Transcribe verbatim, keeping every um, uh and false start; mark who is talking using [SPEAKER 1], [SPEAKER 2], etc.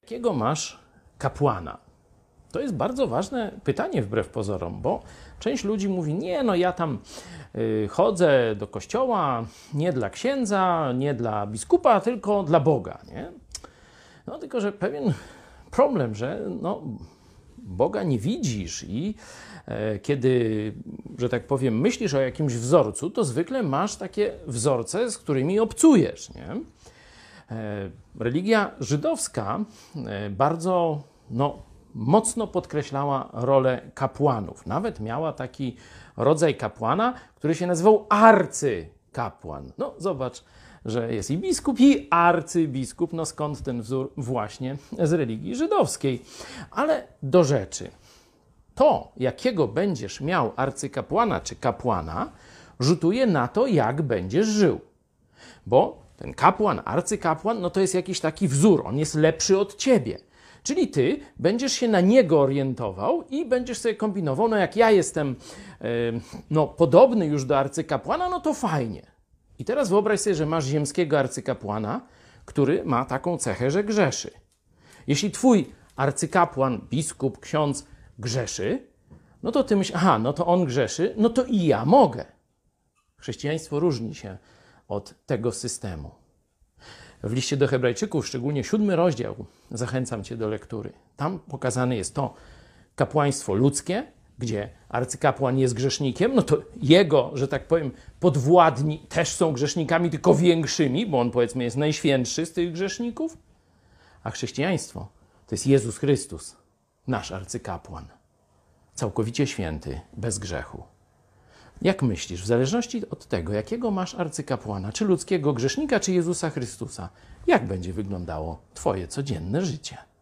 [SPEAKER 1] Jakiego masz kapłana? To jest bardzo ważne pytanie wbrew pozorom, bo część ludzi mówi, nie, no ja tam y, chodzę do kościoła nie dla księdza, nie dla biskupa, tylko dla Boga, nie? No tylko, że pewien problem, że no, Boga nie widzisz i e, kiedy, że tak powiem, myślisz o jakimś wzorcu, to zwykle masz takie wzorce, z którymi obcujesz, nie? E, religia żydowska e, bardzo no, mocno podkreślała rolę kapłanów. Nawet miała taki rodzaj kapłana, który się nazywał arcykapłan. No zobacz, że jest i biskup, i arcybiskup. No skąd ten wzór? Właśnie z religii żydowskiej. Ale do rzeczy. To, jakiego będziesz miał arcykapłana czy kapłana, rzutuje na to, jak będziesz żył. Bo ten kapłan, arcykapłan, no to jest jakiś taki wzór. On jest lepszy od ciebie. Czyli ty będziesz się na niego orientował i będziesz sobie kombinował, no jak ja jestem yy, no, podobny już do arcykapłana, no to fajnie. I teraz wyobraź sobie, że masz ziemskiego arcykapłana, który ma taką cechę, że grzeszy. Jeśli twój arcykapłan, biskup, ksiądz grzeszy, no to ty myślisz, aha, no to on grzeszy, no to i ja mogę. Chrześcijaństwo różni się od tego systemu. W liście do Hebrajczyków, szczególnie siódmy rozdział, zachęcam cię do lektury. Tam pokazane jest to kapłaństwo ludzkie, gdzie arcykapłan jest grzesznikiem, no to jego, że tak powiem, podwładni też są grzesznikami, tylko większymi, bo on powiedzmy jest najświętszy z tych grzeszników. A chrześcijaństwo to jest Jezus Chrystus, nasz arcykapłan, całkowicie święty, bez grzechu. Jak myślisz, w zależności od tego, jakiego masz arcykapłana, czy ludzkiego grzesznika, czy Jezusa Chrystusa, jak będzie wyglądało twoje codzienne życie?